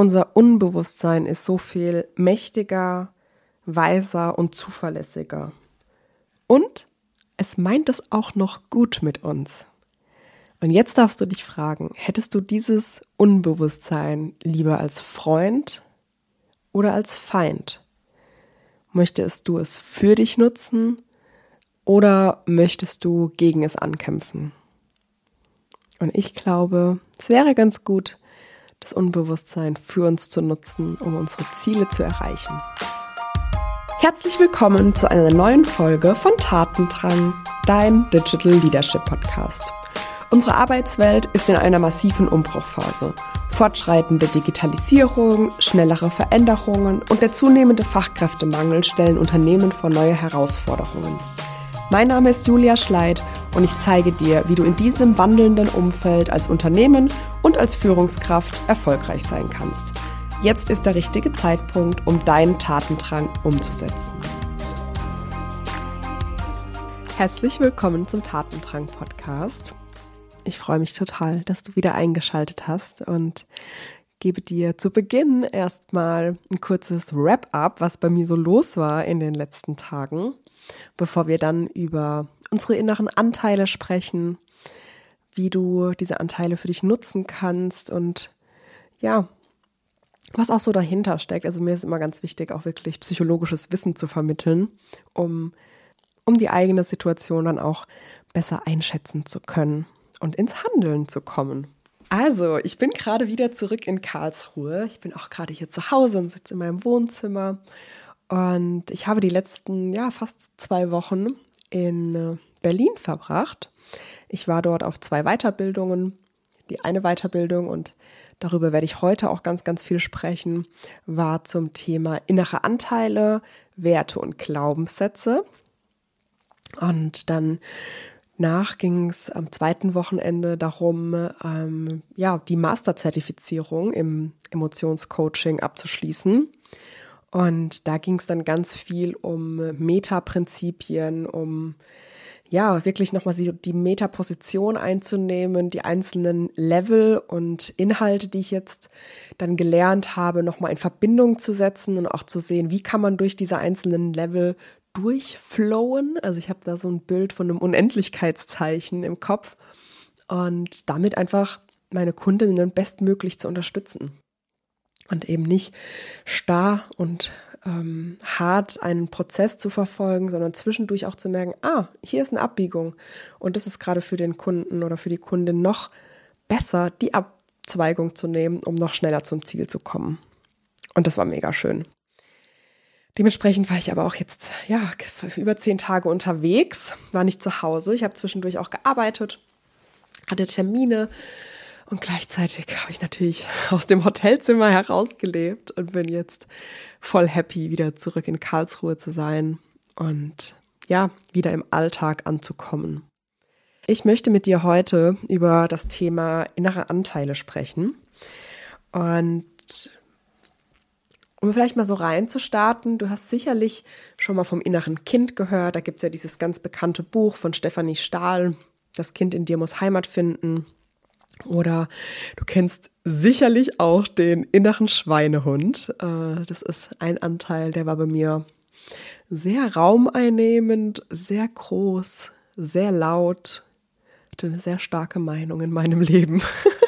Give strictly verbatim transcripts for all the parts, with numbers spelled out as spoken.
Unser Unbewusstsein ist so viel mächtiger, weiser und zuverlässiger. Und es meint es auch noch gut mit uns. Und jetzt darfst du dich fragen, hättest du dieses Unbewusstsein lieber als Freund oder als Feind? Möchtest du es für dich nutzen oder möchtest du gegen es ankämpfen? Und ich glaube, es wäre ganz gut, das Unbewusstsein für uns zu nutzen, um unsere Ziele zu erreichen. Herzlich willkommen zu einer neuen Folge von Tatendrang, dein Digital Leadership Podcast. Unsere Arbeitswelt ist in einer massiven Umbruchphase. Fortschreitende Digitalisierung, schnellere Veränderungen und der zunehmende Fachkräftemangel stellen Unternehmen vor neue Herausforderungen. Mein Name ist Julia Schleid und ich zeige dir, wie du in diesem wandelnden Umfeld als Unternehmen und als Führungskraft erfolgreich sein kannst. Jetzt ist der richtige Zeitpunkt, um deinen Tatendrang umzusetzen. Herzlich willkommen zum Tatendrang-Podcast. Ich freue mich total, dass du wieder eingeschaltet hast und gebe dir zu Beginn erstmal ein kurzes Wrap-up, was bei mir so los war in den letzten Tagen, bevor wir dann über unsere inneren Anteile sprechen, wie du diese Anteile für dich nutzen kannst und ja, was auch so dahinter steckt. Also mir ist immer ganz wichtig, auch wirklich psychologisches Wissen zu vermitteln, um, um die eigene Situation dann auch besser einschätzen zu können und ins Handeln zu kommen. Also, ich bin gerade wieder zurück in Karlsruhe. Ich bin auch gerade hier zu Hause und sitze in meinem Wohnzimmer. Und ich habe die letzten, ja, fast zwei Wochen in Berlin verbracht. Ich war dort auf zwei Weiterbildungen. Die eine Weiterbildung, und darüber werde ich heute auch ganz, ganz viel sprechen, war zum Thema innere Anteile, Werte und Glaubenssätze. Und dann nach ging es am zweiten Wochenende darum, ähm, ja, die Masterzertifizierung im Emotionscoaching abzuschließen. Und da ging es dann ganz viel um Metaprinzipien, um ja wirklich nochmal die Metaposition einzunehmen, die einzelnen Level und Inhalte, die ich jetzt dann gelernt habe, nochmal in Verbindung zu setzen und auch zu sehen, wie kann man durch diese einzelnen Level durchflowen. Also ich habe da so ein Bild von einem Unendlichkeitszeichen im Kopf und damit einfach meine Kundinnen bestmöglich zu unterstützen und eben nicht starr und ähm, hart einen Prozess zu verfolgen, sondern zwischendurch auch zu merken, ah, hier ist eine Abbiegung und das ist gerade für den Kunden oder für die Kundin noch besser, die Abzweigung zu nehmen, um noch schneller zum Ziel zu kommen. Und das war mega schön. Dementsprechend war ich aber auch jetzt ja über zehn Tage unterwegs, war nicht zu Hause. Ich habe zwischendurch auch gearbeitet, hatte Termine und gleichzeitig habe ich natürlich aus dem Hotelzimmer herausgelebt und bin jetzt voll happy, wieder zurück in Karlsruhe zu sein und ja, wieder im Alltag anzukommen. Ich möchte mit dir heute über das Thema innere Anteile sprechen und um vielleicht mal so reinzustarten, du hast sicherlich schon mal vom inneren Kind gehört. Da gibt es ja dieses ganz bekannte Buch von Stefanie Stahl, Das Kind in dir muss Heimat finden. Oder du kennst sicherlich auch den inneren Schweinehund. Das ist ein Anteil, der war bei mir sehr raumeinnehmend, sehr groß, sehr laut. Hatte eine sehr starke Meinung in meinem Leben.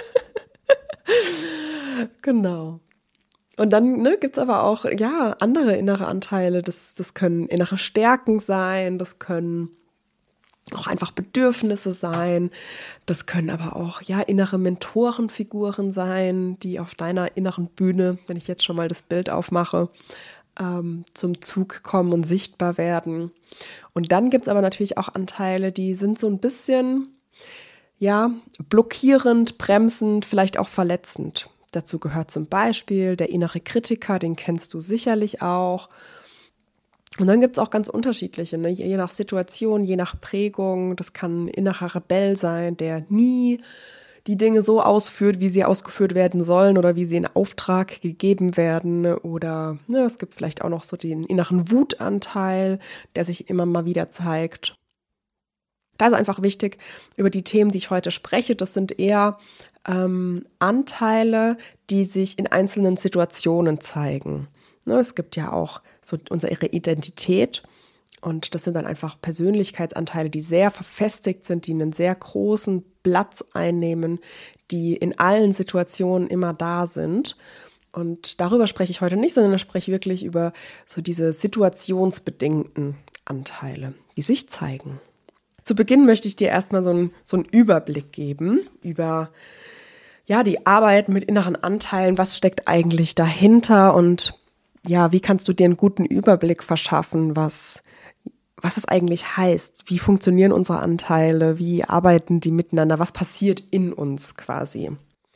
Genau. Und dann ne, gibt es aber auch ja andere innere Anteile. Das, das können innere Stärken sein, das können auch einfach Bedürfnisse sein. Das können aber auch ja innere Mentorenfiguren sein, die auf deiner inneren Bühne, wenn ich jetzt schon mal das Bild aufmache, ähm, zum Zug kommen und sichtbar werden. Und dann gibt es aber natürlich auch Anteile, die sind so ein bisschen ja blockierend, bremsend, vielleicht auch verletzend. Dazu gehört zum Beispiel der innere Kritiker, den kennst du sicherlich auch. Und dann gibt es auch ganz unterschiedliche, ne? Je nach Situation, je nach Prägung. Das kann ein innerer Rebell sein, der nie die Dinge so ausführt, wie sie ausgeführt werden sollen oder wie sie in Auftrag gegeben werden. Oder ne, es gibt vielleicht auch noch so den inneren Wutanteil, der sich immer mal wieder zeigt. Da ist einfach wichtig, über die Themen, die ich heute spreche, das sind eher ähm, Anteile, die sich in einzelnen Situationen zeigen. Ne, es gibt ja auch so unsere Identität und das sind dann einfach Persönlichkeitsanteile, die sehr verfestigt sind, die einen sehr großen Platz einnehmen, die in allen Situationen immer da sind. Und darüber spreche ich heute nicht, sondern ich spreche wirklich über so diese situationsbedingten Anteile, die sich zeigen. Zu Beginn möchte ich dir erstmal so einen, so einen Überblick geben über ja, die Arbeit mit inneren Anteilen, was steckt eigentlich dahinter und ja, wie kannst du dir einen guten Überblick verschaffen, was, was es eigentlich heißt, wie funktionieren unsere Anteile, wie arbeiten die miteinander, was passiert in uns quasi.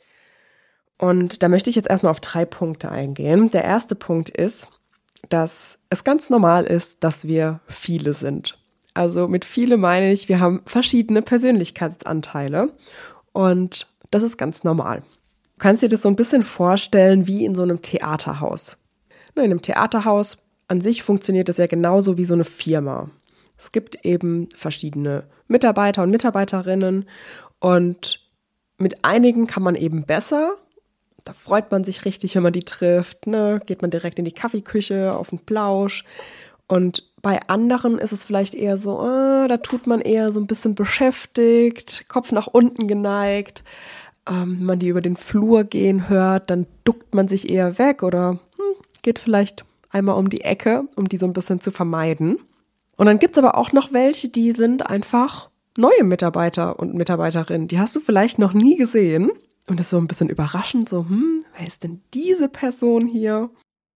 Und da möchte ich jetzt erstmal auf drei Punkte eingehen. Der erste Punkt ist, dass es ganz normal ist, dass wir viele sind. Also mit viele meine ich, wir haben verschiedene Persönlichkeitsanteile und das ist ganz normal. Du kannst dir das so ein bisschen vorstellen wie in so einem Theaterhaus. In einem Theaterhaus an sich funktioniert das ja genauso wie so eine Firma. Es gibt eben verschiedene Mitarbeiter und Mitarbeiterinnen und mit einigen kann man eben besser. Da freut man sich richtig, wenn man die trifft. Ne? Geht man direkt in die Kaffeeküche, auf den Plausch. Und bei anderen ist es vielleicht eher so, ah, da tut man eher so ein bisschen beschäftigt, Kopf nach unten geneigt. Ähm, wenn man die über den Flur gehen hört, dann duckt man sich eher weg oder geht vielleicht einmal um die Ecke, um die so ein bisschen zu vermeiden. Und dann gibt es aber auch noch welche, die sind einfach neue Mitarbeiter und Mitarbeiterinnen. Die hast du vielleicht noch nie gesehen. Und das ist so ein bisschen überraschend, so, hm, wer ist denn diese Person hier?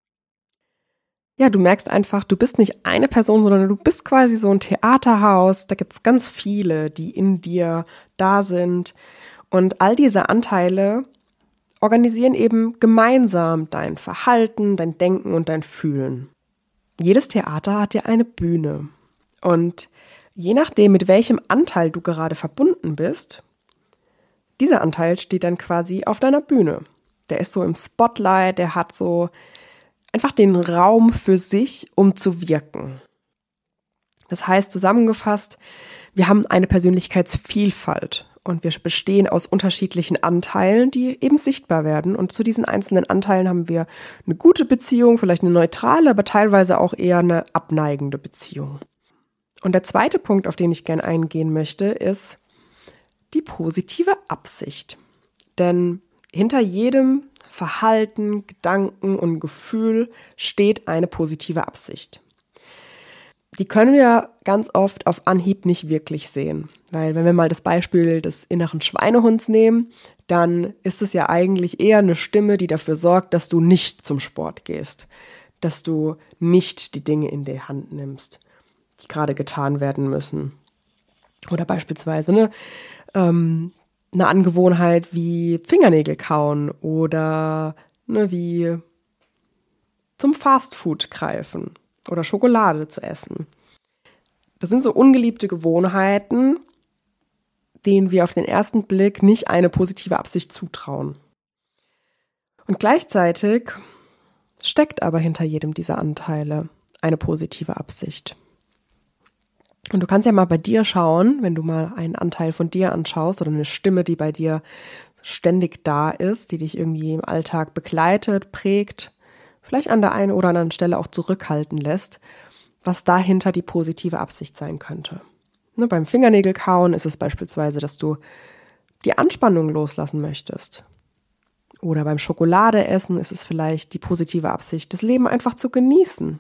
Ja, du merkst einfach, du bist nicht eine Person, sondern du bist quasi so ein Theaterhaus. Da gibt es ganz viele, die in dir da sind. Und all diese Anteile organisieren eben gemeinsam dein Verhalten, dein Denken und dein Fühlen. Jedes Theater hat ja eine Bühne. Und je nachdem, mit welchem Anteil du gerade verbunden bist, dieser Anteil steht dann quasi auf deiner Bühne. Der ist so im Spotlight, der hat so einfach den Raum für sich, um zu wirken. Das heißt, zusammengefasst, wir haben eine Persönlichkeitsvielfalt. Und wir bestehen aus unterschiedlichen Anteilen, die eben sichtbar werden. Und zu diesen einzelnen Anteilen haben wir eine gute Beziehung, vielleicht eine neutrale, aber teilweise auch eher eine abneigende Beziehung. Und der zweite Punkt, auf den ich gerne eingehen möchte, ist die positive Absicht. Denn hinter jedem Verhalten, Gedanken und Gefühl steht eine positive Absicht. Die können wir ganz oft auf Anhieb nicht wirklich sehen. Weil wenn wir mal das Beispiel des inneren Schweinehunds nehmen, dann ist es ja eigentlich eher eine Stimme, die dafür sorgt, dass du nicht zum Sport gehst. Dass du nicht die Dinge in die Hand nimmst, die gerade getan werden müssen. Oder beispielsweise ne, ähm, eine Angewohnheit wie Fingernägel kauen oder ne, wie zum Fastfood greifen. Oder Schokolade zu essen. Das sind so ungeliebte Gewohnheiten, denen wir auf den ersten Blick nicht eine positive Absicht zutrauen. Und gleichzeitig steckt aber hinter jedem dieser Anteile eine positive Absicht. Und du kannst ja mal bei dir schauen, wenn du mal einen Anteil von dir anschaust oder eine Stimme, die bei dir ständig da ist, die dich irgendwie im Alltag begleitet, prägt, vielleicht an der einen oder anderen Stelle auch zurückhalten lässt, was dahinter die positive Absicht sein könnte. Ne, beim Fingernägelkauen ist es beispielsweise, dass du die Anspannung loslassen möchtest. Oder beim Schokoladeessen ist es vielleicht die positive Absicht, das Leben einfach zu genießen.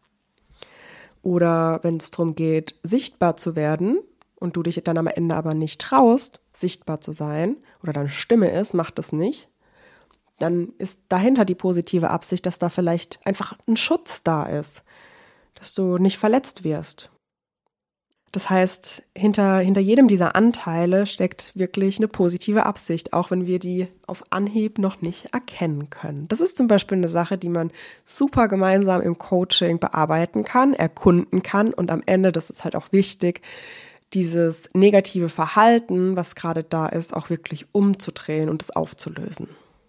Oder wenn es darum geht, sichtbar zu werden und du dich dann am Ende aber nicht traust, sichtbar zu sein oder deine Stimme ist, macht das nicht, dann ist dahinter die positive Absicht, dass da vielleicht einfach ein Schutz da ist, dass du nicht verletzt wirst. Das heißt, hinter, hinter jedem dieser Anteile steckt wirklich eine positive Absicht, auch wenn wir die auf Anhieb noch nicht erkennen können. Das ist zum Beispiel eine Sache, die man super gemeinsam im Coaching bearbeiten kann, erkunden kann und am Ende, das ist halt auch wichtig, dieses negative Verhalten, was gerade da ist, auch wirklich umzudrehen und es aufzulösen.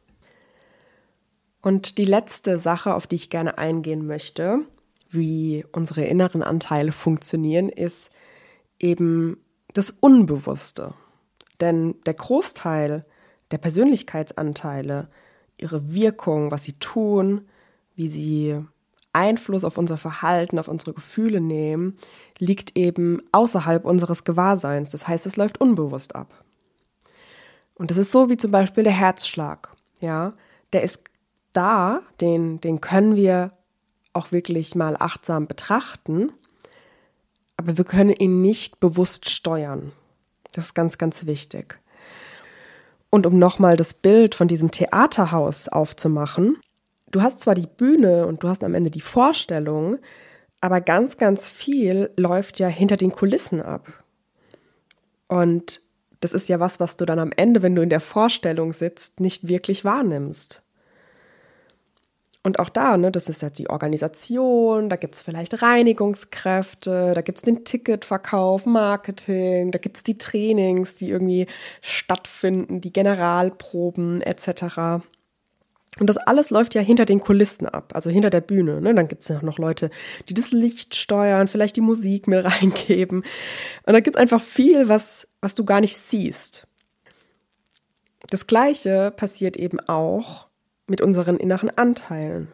Und die letzte Sache, auf die ich gerne eingehen möchte, wie unsere inneren Anteile funktionieren, ist eben das Unbewusste. Denn der Großteil der Persönlichkeitsanteile, ihre Wirkung, was sie tun, wie sie Einfluss auf unser Verhalten, auf unsere Gefühle nehmen, liegt eben außerhalb unseres Gewahrseins. Das heißt, es läuft unbewusst ab. Und das ist so wie zum Beispiel der Herzschlag. Ja, der ist da, den, den können wir auch wirklich mal achtsam betrachten, aber wir können ihn nicht bewusst steuern. Das ist ganz, ganz wichtig. Und um nochmal das Bild von diesem Theaterhaus aufzumachen, du hast zwar die Bühne und du hast am Ende die Vorstellung, aber ganz, ganz viel läuft ja hinter den Kulissen ab. Und das ist ja was, was du dann am Ende, wenn du in der Vorstellung sitzt, nicht wirklich wahrnimmst. Und auch da, ne, das ist ja die Organisation, da gibt es vielleicht Reinigungskräfte, da gibt es den Ticketverkauf, Marketing, da gibt es die Trainings, die irgendwie stattfinden, die Generalproben et cetera. Und das alles läuft ja hinter den Kulissen ab, also hinter der Bühne. Ne? Dann gibt es ja noch Leute, die das Licht steuern, vielleicht die Musik mit reingeben. Und da gibt es einfach viel, was, was du gar nicht siehst. Das Gleiche passiert eben auch mit unseren inneren Anteilen.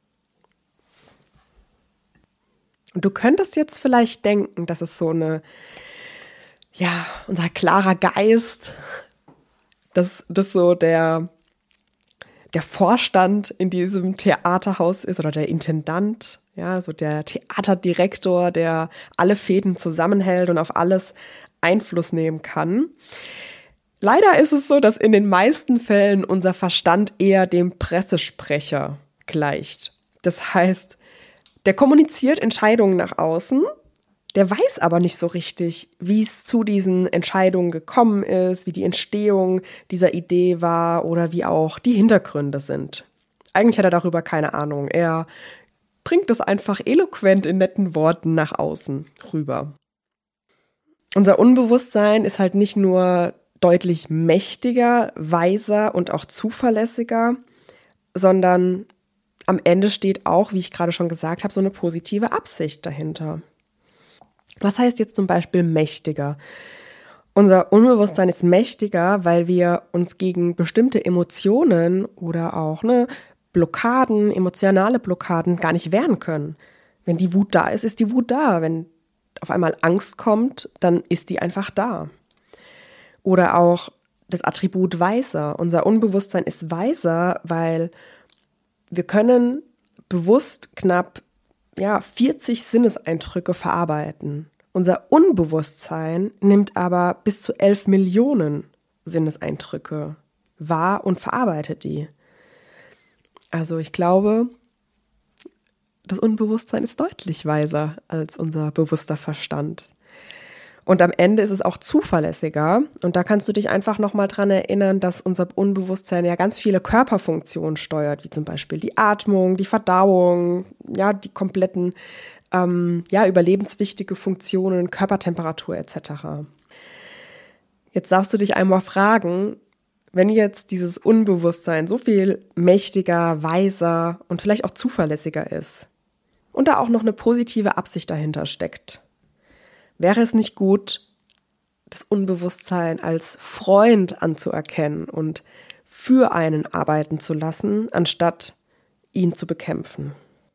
Und du könntest jetzt vielleicht denken, dass es so eine, ja, unser klarer Geist, dass das so der, der Vorstand in diesem Theaterhaus ist oder der Intendant, ja, so der Theaterdirektor, der alle Fäden zusammenhält und auf alles Einfluss nehmen kann. Leider ist es so, dass in den meisten Fällen unser Verstand eher dem Pressesprecher gleicht. Das heißt, der kommuniziert Entscheidungen nach außen, der weiß aber nicht so richtig, wie es zu diesen Entscheidungen gekommen ist, wie die Entstehung dieser Idee war oder wie auch die Hintergründe sind. Eigentlich hat er darüber keine Ahnung. Er bringt es einfach eloquent in netten Worten nach außen rüber. Unser Unbewusstsein ist halt nicht nur deutlich mächtiger, weiser und auch zuverlässiger, sondern am Ende steht auch, wie ich gerade schon gesagt habe, so eine positive Absicht dahinter. Was heißt jetzt zum Beispiel mächtiger? Unser Unbewusstsein ist mächtiger, weil wir uns gegen bestimmte Emotionen oder auch ne, Blockaden, emotionale Blockaden gar nicht wehren können. Wenn die Wut da ist, ist die Wut da. Wenn auf einmal Angst kommt, dann ist die einfach da. Oder auch das Attribut weiser. Unser Unbewusstsein ist weiser, weil wir können bewusst knapp ja, vierzig Sinneseindrücke verarbeiten. Unser Unbewusstsein nimmt aber bis zu elf Millionen Sinneseindrücke wahr und verarbeitet die. Also ich glaube, das Unbewusstsein ist deutlich weiser als unser bewusster Verstand. Und am Ende ist es auch zuverlässiger. Und da kannst du dich einfach nochmal dran erinnern, dass unser Unbewusstsein ja ganz viele Körperfunktionen steuert, wie zum Beispiel die Atmung, die Verdauung, ja, die kompletten, ähm, ja, überlebenswichtige Funktionen, Körpertemperatur et cetera. Jetzt darfst du dich einmal fragen, wenn jetzt dieses Unbewusstsein so viel mächtiger, weiser und vielleicht auch zuverlässiger ist und da auch noch eine positive Absicht dahinter steckt, wäre es nicht gut, das Unbewusstsein als Freund anzuerkennen und für einen arbeiten zu lassen, anstatt ihn zu bekämpfen?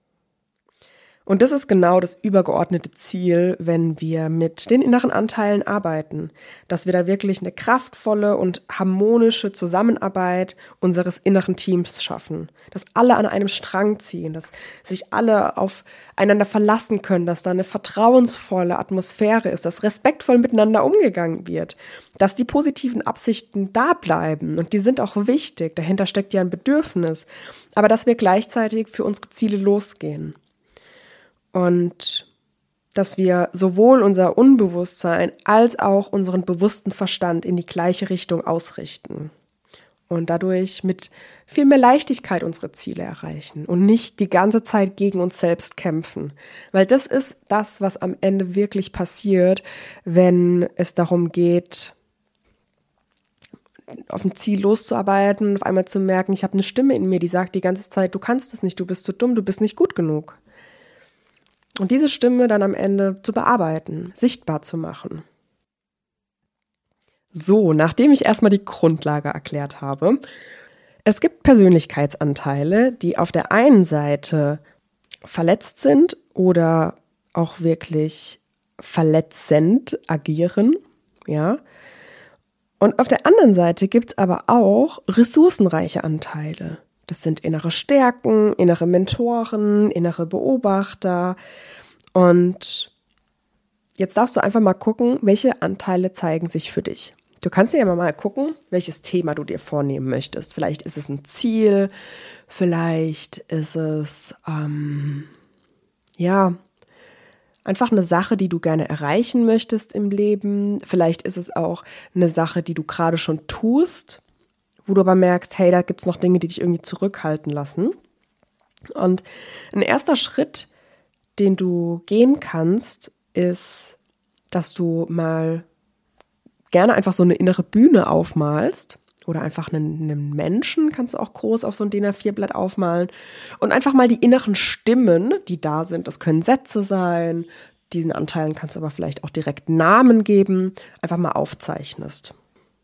Und das ist genau das übergeordnete Ziel, wenn wir mit den inneren Anteilen arbeiten, dass wir da wirklich eine kraftvolle und harmonische Zusammenarbeit unseres inneren Teams schaffen, dass alle an einem Strang ziehen, dass sich alle aufeinander verlassen können, dass da eine vertrauensvolle Atmosphäre ist, dass respektvoll miteinander umgegangen wird, dass die positiven Absichten da bleiben und die sind auch wichtig, dahinter steckt ja ein Bedürfnis, aber dass wir gleichzeitig für unsere Ziele losgehen. Und dass wir sowohl unser Unbewusstsein als auch unseren bewussten Verstand in die gleiche Richtung ausrichten und dadurch mit viel mehr Leichtigkeit unsere Ziele erreichen und nicht die ganze Zeit gegen uns selbst kämpfen. Weil das ist das, was am Ende wirklich passiert, wenn es darum geht, auf ein Ziel loszuarbeiten und auf einmal zu merken, ich habe eine Stimme in mir, die sagt die ganze Zeit, du kannst es nicht, du bist zu dumm, du bist nicht gut genug. Und diese Stimme dann am Ende zu bearbeiten, sichtbar zu machen. So, nachdem ich erstmal die Grundlage erklärt habe, es gibt Persönlichkeitsanteile, die auf der einen Seite verletzt sind oder auch wirklich verletzend agieren, ja. Und auf der anderen Seite gibt es aber auch ressourcenreiche Anteile. Das sind innere Stärken, innere Mentoren, innere Beobachter. Und jetzt darfst du einfach mal gucken, welche Anteile zeigen sich für dich. Du kannst dir ja mal gucken, welches Thema du dir vornehmen möchtest. Vielleicht ist es ein Ziel, vielleicht ist es, ähm, ja, einfach eine Sache, die du gerne erreichen möchtest im Leben. Vielleicht ist es auch eine Sache, die du gerade schon tust, wo du aber merkst, hey, da gibt es noch Dinge, die dich irgendwie zurückhalten lassen. Und ein erster Schritt, den du gehen kannst, ist, dass du mal gerne einfach so eine innere Bühne aufmalst oder einfach einen, einen Menschen kannst du auch groß auf so ein D I N A vier Blatt aufmalen und einfach mal die inneren Stimmen, die da sind, das können Sätze sein, diesen Anteilen kannst du aber vielleicht auch direkt Namen geben, einfach mal aufzeichnest.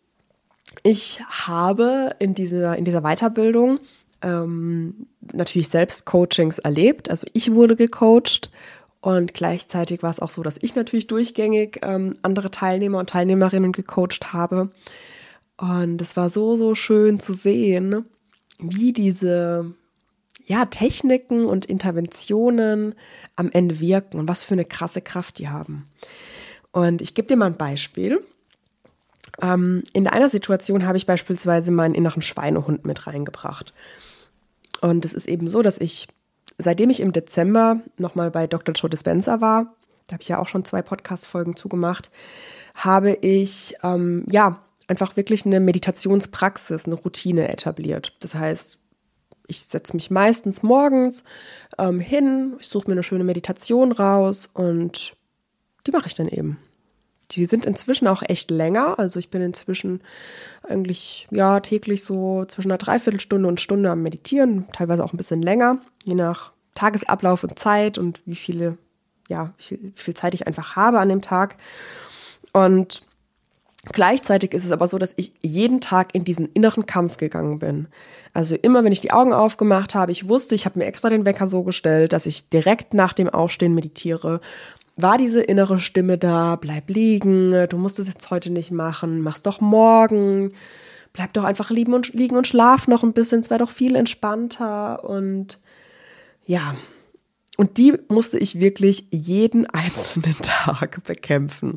Ich habe in dieser, in dieser Weiterbildung ähm, natürlich selbst Coachings erlebt, also ich wurde gecoacht. Und gleichzeitig war es auch so, dass ich natürlich durchgängig ähm, andere Teilnehmer und Teilnehmerinnen gecoacht habe. Und es war so, so schön zu sehen, wie diese ja, Techniken und Interventionen am Ende wirken und was für eine krasse Kraft die haben. Und ich gebe dir mal ein Beispiel. Ähm, in einer Situation habe ich beispielsweise meinen inneren Schweinehund mit reingebracht. Und es ist eben so, dass ich seitdem ich im Dezember nochmal bei Doktor Joe Dispenza war, da habe ich ja auch schon zwei Podcast-Folgen zugemacht, habe ich ähm, ja einfach wirklich eine Meditationspraxis, eine Routine etabliert. Das heißt, ich setze mich meistens morgens ähm, hin, ich suche mir eine schöne Meditation raus und die mache ich dann eben. Die sind inzwischen auch echt länger, also ich bin inzwischen eigentlich ja täglich so zwischen einer Dreiviertelstunde und Stunde am Meditieren, teilweise auch ein bisschen länger, je nach Tagesablauf und Zeit und wie viele, ja, wie viel, wie viel Zeit ich einfach habe an dem Tag. Und gleichzeitig ist es aber so, dass ich jeden Tag in diesen inneren Kampf gegangen bin. Also immer, wenn ich die Augen aufgemacht habe, ich wusste, ich habe mir extra den Wecker so gestellt, dass ich direkt nach dem Aufstehen meditiere, war diese innere Stimme da, bleib liegen, du musst es jetzt heute nicht machen, mach's doch morgen, bleib doch einfach liegen und, liegen und schlaf noch ein bisschen, es wäre doch viel entspannter und ja, und die musste ich wirklich jeden einzelnen Tag bekämpfen.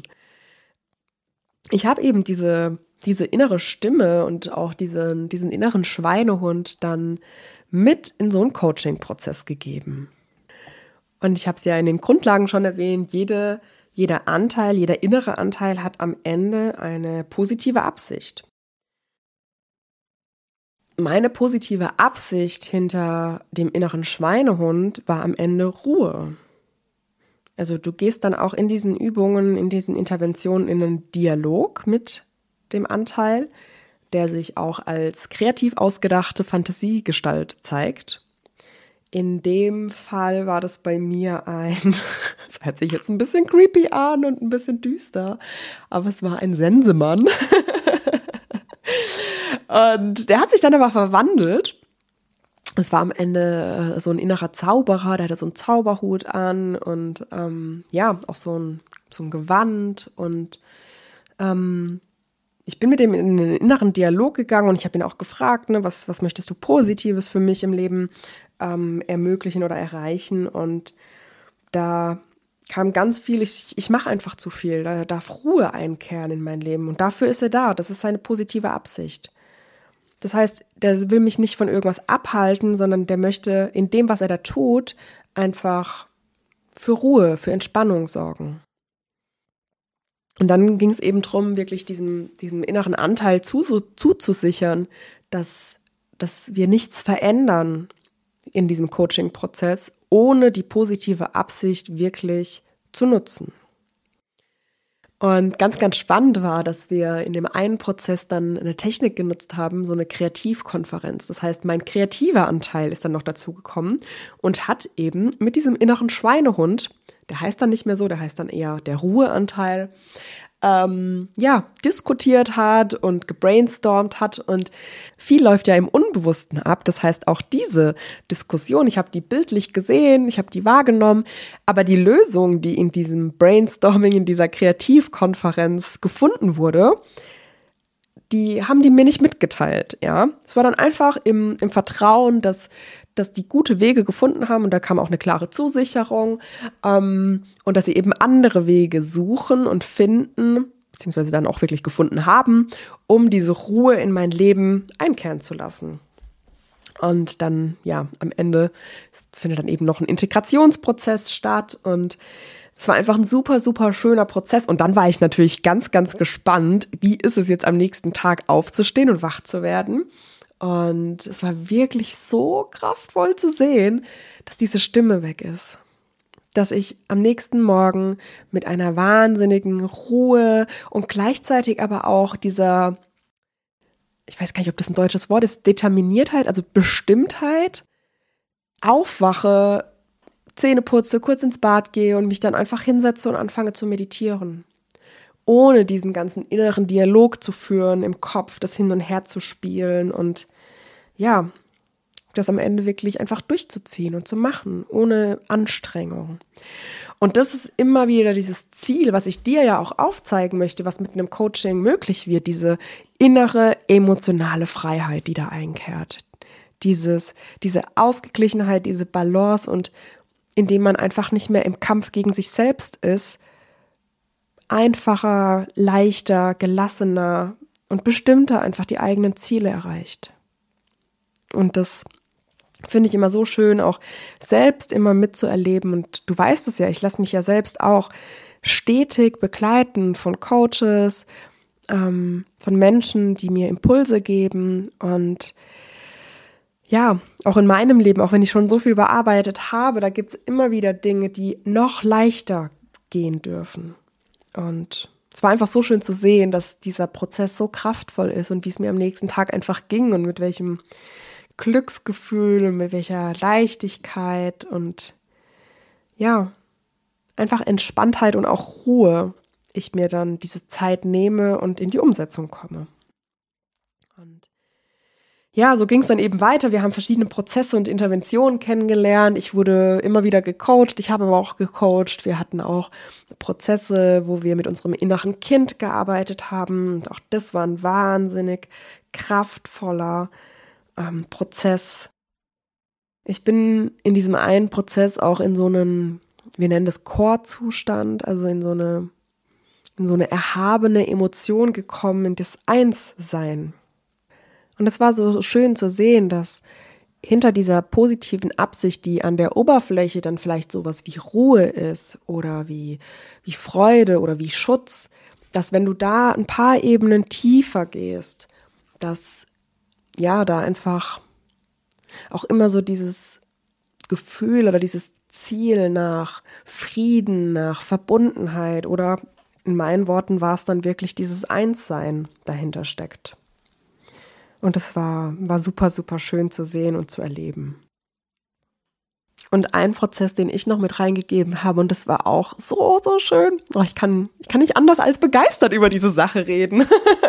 Ich habe eben diese, diese innere Stimme und auch diesen, diesen inneren Schweinehund dann mit in so einen Coaching-Prozess gegeben. Und ich habe es ja in den Grundlagen schon erwähnt, jede, jeder Anteil, jeder innere Anteil hat am Ende eine positive Absicht. Meine positive Absicht hinter dem inneren Schweinehund war am Ende Ruhe. Also du gehst dann auch in diesen Übungen, in diesen Interventionen in einen Dialog mit dem Anteil, der sich auch als kreativ ausgedachte Fantasiegestalt zeigt. In dem Fall war das bei mir ein, das hört sich jetzt ein bisschen creepy an und ein bisschen düster, aber es war ein Sensemann. Und der hat sich dann aber verwandelt. Es war am Ende so ein innerer Zauberer, der hatte so einen Zauberhut an und ähm, ja, auch so ein, so ein Gewand. Und ähm, ich bin mit dem in den inneren Dialog gegangen und ich habe ihn auch gefragt, ne, was, was möchtest du Positives für mich im Leben ähm, ermöglichen oder erreichen? Und da kam ganz viel, ich, ich mache einfach zu viel, da darf Ruhe einkehren in mein Leben und dafür ist er da, das ist seine positive Absicht. Das heißt, der will mich nicht von irgendwas abhalten, sondern der möchte in dem, was er da tut, einfach für Ruhe, für Entspannung sorgen. Und dann ging es eben darum, wirklich diesem, diesem inneren Anteil zu, so, zuzusichern, dass, dass wir nichts verändern in diesem Coaching-Prozess, ohne die positive Absicht wirklich zu nutzen. Und ganz, ganz spannend war, dass wir in dem einen Prozess dann eine Technik genutzt haben, so eine Kreativkonferenz. Das heißt, mein kreativer Anteil ist dann noch dazugekommen und hat eben mit diesem inneren Schweinehund, der heißt dann nicht mehr so, der heißt dann eher der Ruheanteil, ähm, ja, diskutiert hat und gebrainstormt hat. Und viel läuft ja im Unbewussten ab. Das heißt, auch diese Diskussion, ich habe die bildlich gesehen, ich habe die wahrgenommen, aber die Lösung, die in diesem Brainstorming, in dieser Kreativkonferenz gefunden wurde, die haben die mir nicht mitgeteilt, ja. Es war dann einfach im, im Vertrauen, dass, dass die gute Wege gefunden haben und da kam auch eine klare Zusicherung ähm, und dass sie eben andere Wege suchen und finden, beziehungsweise dann auch wirklich gefunden haben, um diese Ruhe in mein Leben einkehren zu lassen. Und dann, ja, am Ende findet dann eben noch ein Integrationsprozess statt und es war einfach ein super, super schöner Prozess. Und dann war ich natürlich ganz, ganz gespannt, wie ist es jetzt am nächsten Tag aufzustehen und wach zu werden. Und es war wirklich so kraftvoll zu sehen, dass diese Stimme weg ist. Dass ich am nächsten Morgen mit einer wahnsinnigen Ruhe und gleichzeitig aber auch dieser, ich weiß gar nicht, ob das ein deutsches Wort ist, Determiniertheit, also Bestimmtheit, aufwache, Zähne putze, kurz ins Bad gehe und mich dann einfach hinsetze und anfange zu meditieren. Ohne diesen ganzen inneren Dialog zu führen im Kopf, das hin und her zu spielen und ja, das am Ende wirklich einfach durchzuziehen und zu machen, ohne Anstrengung. Und das ist immer wieder dieses Ziel, was ich dir ja auch aufzeigen möchte, was mit einem Coaching möglich wird, diese innere emotionale Freiheit, die da einkehrt. Dieses, diese Ausgeglichenheit, diese Balance und indem man einfach nicht mehr im Kampf gegen sich selbst ist, einfacher, leichter, gelassener und bestimmter einfach die eigenen Ziele erreicht. Und das finde ich immer so schön, auch selbst immer mitzuerleben. Und du weißt es ja, ich lasse mich ja selbst auch stetig begleiten von Coaches, ähm, von Menschen, die mir Impulse geben und ja, auch in meinem Leben, auch wenn ich schon so viel bearbeitet habe, da gibt es immer wieder Dinge, die noch leichter gehen dürfen. Und es war einfach so schön zu sehen, dass dieser Prozess so kraftvoll ist und wie es mir am nächsten Tag einfach ging und mit welchem Glücksgefühl und mit welcher Leichtigkeit und ja, einfach Entspanntheit und auch Ruhe ich mir dann diese Zeit nehme und in die Umsetzung komme. Und ja, so ging es dann eben weiter. Wir haben verschiedene Prozesse und Interventionen kennengelernt. Ich wurde immer wieder gecoacht. Ich habe aber auch gecoacht. Wir hatten auch Prozesse, wo wir mit unserem inneren Kind gearbeitet haben. Und auch das war ein wahnsinnig kraftvoller ähm, Prozess. Ich bin in diesem einen Prozess auch in so einen, wir nennen das Core-Zustand, also in so eine, in so eine erhabene Emotion gekommen, in das Einssein. Und es war so schön zu sehen, dass hinter dieser positiven Absicht, die an der Oberfläche dann vielleicht sowas wie Ruhe ist oder wie, wie Freude oder wie Schutz, dass wenn du da ein paar Ebenen tiefer gehst, dass ja da einfach auch immer so dieses Gefühl oder dieses Ziel nach Frieden, nach Verbundenheit oder in meinen Worten war es dann wirklich dieses Einssein dahinter steckt. Und es war, war super, super schön zu sehen und zu erleben. Und ein Prozess, den ich noch mit reingegeben habe, und das war auch so, so schön. Oh, ich kann, ich kann nicht anders als begeistert über diese Sache reden.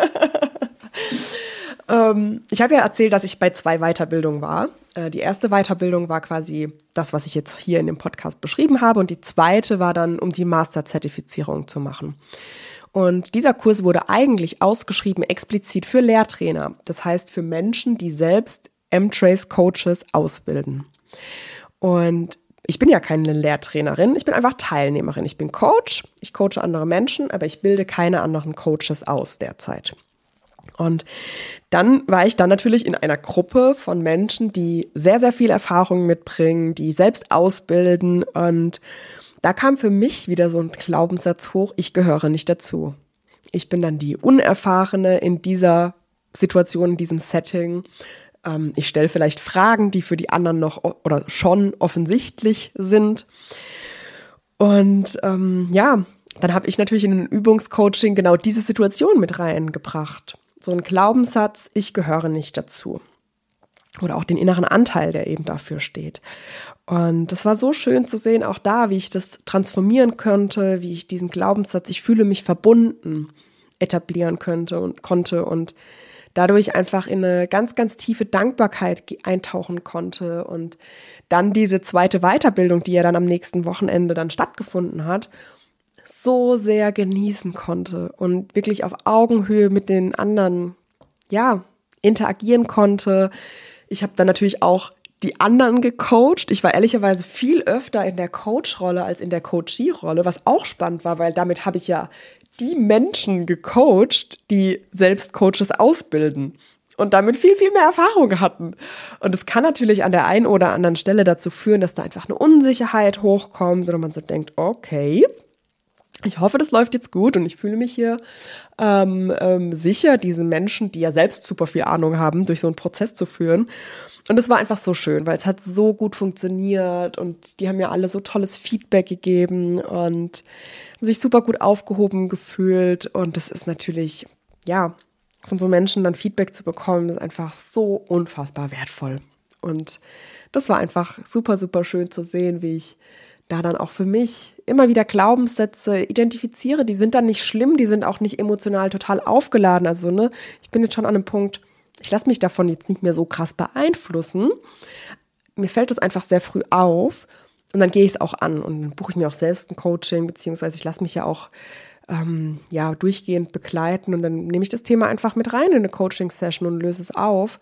ähm, ich habe ja erzählt, dass ich bei zwei Weiterbildungen war. Äh, die erste Weiterbildung war quasi das, was ich jetzt hier in dem Podcast beschrieben habe. Und die zweite war dann, um die Master-Zertifizierung zu machen. Und dieser Kurs wurde eigentlich ausgeschrieben explizit für Lehrtrainer. Das heißt für Menschen, die selbst M-Trace-Coaches ausbilden. Und ich bin ja keine Lehrtrainerin, ich bin einfach Teilnehmerin. Ich bin Coach, ich coache andere Menschen, aber ich bilde keine anderen Coaches aus derzeit. Und dann war ich dann natürlich in einer Gruppe von Menschen, die sehr, sehr viel Erfahrung mitbringen, die selbst ausbilden und da kam für mich wieder so ein Glaubenssatz hoch, ich gehöre nicht dazu. Ich bin dann die Unerfahrene in dieser Situation, in diesem Setting. Ähm, ich stelle vielleicht Fragen, die für die anderen noch oder schon offensichtlich sind. Und ähm, ja, dann habe ich natürlich in ein Übungscoaching genau diese Situation mit reingebracht. So ein Glaubenssatz, ich gehöre nicht dazu. oder auch den inneren Anteil, der eben dafür steht. Und das war so schön zu sehen, auch da, wie ich das transformieren könnte, wie ich diesen Glaubenssatz, ich fühle mich verbunden, etablieren könnte und konnte und dadurch einfach in eine ganz, ganz tiefe Dankbarkeit eintauchen konnte und dann diese zweite Weiterbildung, die ja dann am nächsten Wochenende dann stattgefunden hat, so sehr genießen konnte und wirklich auf Augenhöhe mit den anderen, ja, interagieren konnte. Ich habe dann natürlich auch die anderen gecoacht. Ich war ehrlicherweise viel öfter in der Coach-Rolle als in der Coachee-Rolle, was auch spannend war, weil damit habe ich ja die Menschen gecoacht, die selbst Coaches ausbilden und damit viel, viel mehr Erfahrung hatten. Und es kann natürlich an der einen oder anderen Stelle dazu führen, dass da einfach eine Unsicherheit hochkommt oder man so denkt, okay, ich hoffe, das läuft jetzt gut und ich fühle mich hier ähm, ähm, sicher, diese Menschen, die ja selbst super viel Ahnung haben, durch so einen Prozess zu führen. Und es war einfach so schön, weil es hat so gut funktioniert und die haben mir alle so tolles Feedback gegeben und haben sich super gut aufgehoben gefühlt. Und das ist natürlich, ja, von so Menschen dann Feedback zu bekommen, ist einfach so unfassbar wertvoll. Und das war einfach super, super schön zu sehen, wie ich da dann auch für mich immer wieder Glaubenssätze identifiziere. Die sind dann nicht schlimm, die sind auch nicht emotional total aufgeladen. Also, ne, ich bin jetzt schon an einem Punkt, ich lasse mich davon jetzt nicht mehr so krass beeinflussen. Mir fällt das einfach sehr früh auf und dann gehe ich es auch an und dann buche ich mir auch selbst ein Coaching, beziehungsweise ich lasse mich ja auch ähm, ja, durchgehend begleiten und dann nehme ich das Thema einfach mit rein in eine Coaching-Session und löse es auf.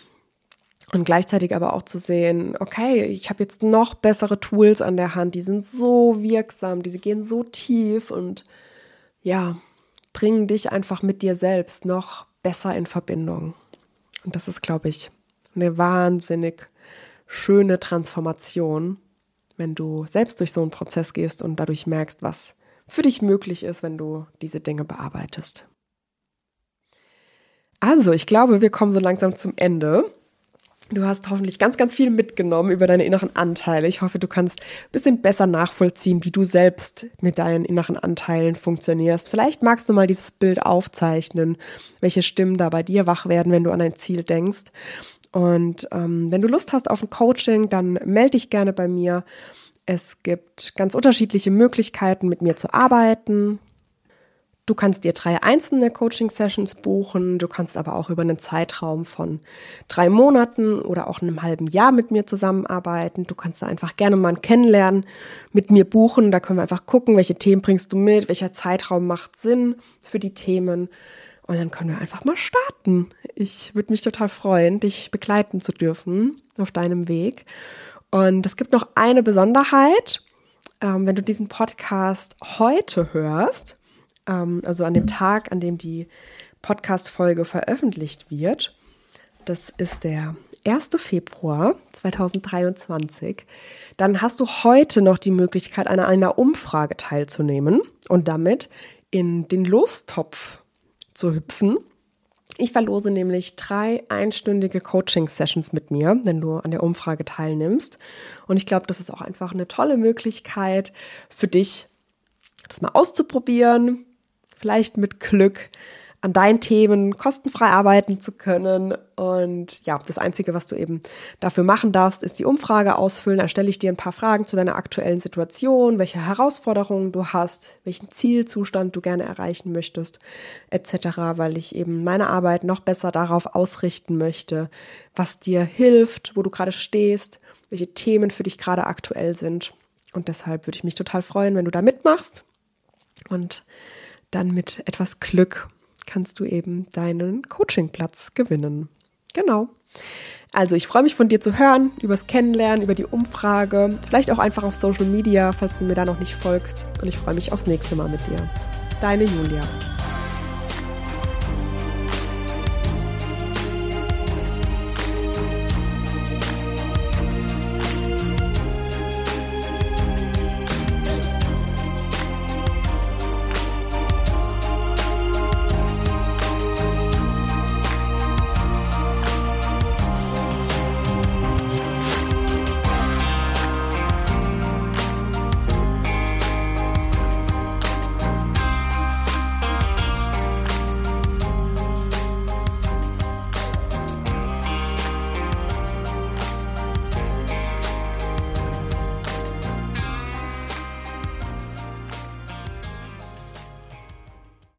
Und gleichzeitig aber auch zu sehen, okay, ich habe jetzt noch bessere Tools an der Hand, die sind so wirksam, diese gehen so tief und ja, bringen dich einfach mit dir selbst noch besser in Verbindung. Und das ist, glaube ich, eine wahnsinnig schöne Transformation, wenn du selbst durch so einen Prozess gehst und dadurch merkst, was für dich möglich ist, wenn du diese Dinge bearbeitest. Also, ich glaube, wir kommen so langsam zum Ende. Du hast hoffentlich ganz, ganz viel mitgenommen über deine inneren Anteile. Ich hoffe, du kannst ein bisschen besser nachvollziehen, wie du selbst mit deinen inneren Anteilen funktionierst. Vielleicht magst du mal dieses Bild aufzeichnen, welche Stimmen da bei dir wach werden, wenn du an ein Ziel denkst. Und ähm, wenn du Lust hast auf ein Coaching, dann melde dich gerne bei mir. Es gibt ganz unterschiedliche Möglichkeiten, mit mir zu arbeiten. Du kannst dir drei einzelne Coaching-Sessions buchen, du kannst aber auch über einen Zeitraum von drei Monaten oder auch einem halben Jahr mit mir zusammenarbeiten. Du kannst da einfach gerne mal ein Kennenlernen mit mir buchen. Da können wir einfach gucken, welche Themen bringst du mit, welcher Zeitraum macht Sinn für die Themen. Und dann können wir einfach mal starten. Ich würde mich total freuen, dich begleiten zu dürfen auf deinem Weg. Und es gibt noch eine Besonderheit, ähm, wenn du diesen Podcast heute hörst, also an dem Tag, an dem die Podcast-Folge veröffentlicht wird. Das ist der erster Februar zweitausenddreiundzwanzig. Dann hast du heute noch die Möglichkeit, an einer Umfrage teilzunehmen und damit in den Lostopf zu hüpfen. Ich verlose nämlich drei einstündige Coaching-Sessions mit mir, wenn du an der Umfrage teilnimmst. Und ich glaube, das ist auch einfach eine tolle Möglichkeit für dich, das mal auszuprobieren, vielleicht mit Glück an deinen Themen kostenfrei arbeiten zu können. Und ja, das Einzige, was du eben dafür machen darfst, ist die Umfrage ausfüllen. Da stelle ich dir ein paar Fragen zu deiner aktuellen Situation, welche Herausforderungen du hast, welchen Zielzustand du gerne erreichen möchtest, et cetera, weil ich eben meine Arbeit noch besser darauf ausrichten möchte, was dir hilft, wo du gerade stehst, welche Themen für dich gerade aktuell sind. Und deshalb würde ich mich total freuen, wenn du da mitmachst. Und dann mit etwas Glück kannst du eben deinen Coachingplatz gewinnen. Genau. Also ich freue mich von dir zu hören, übers Kennenlernen, über die Umfrage, vielleicht auch einfach auf Social Media, falls du mir da noch nicht folgst. Und ich freue mich aufs nächste Mal mit dir. Deine Julia.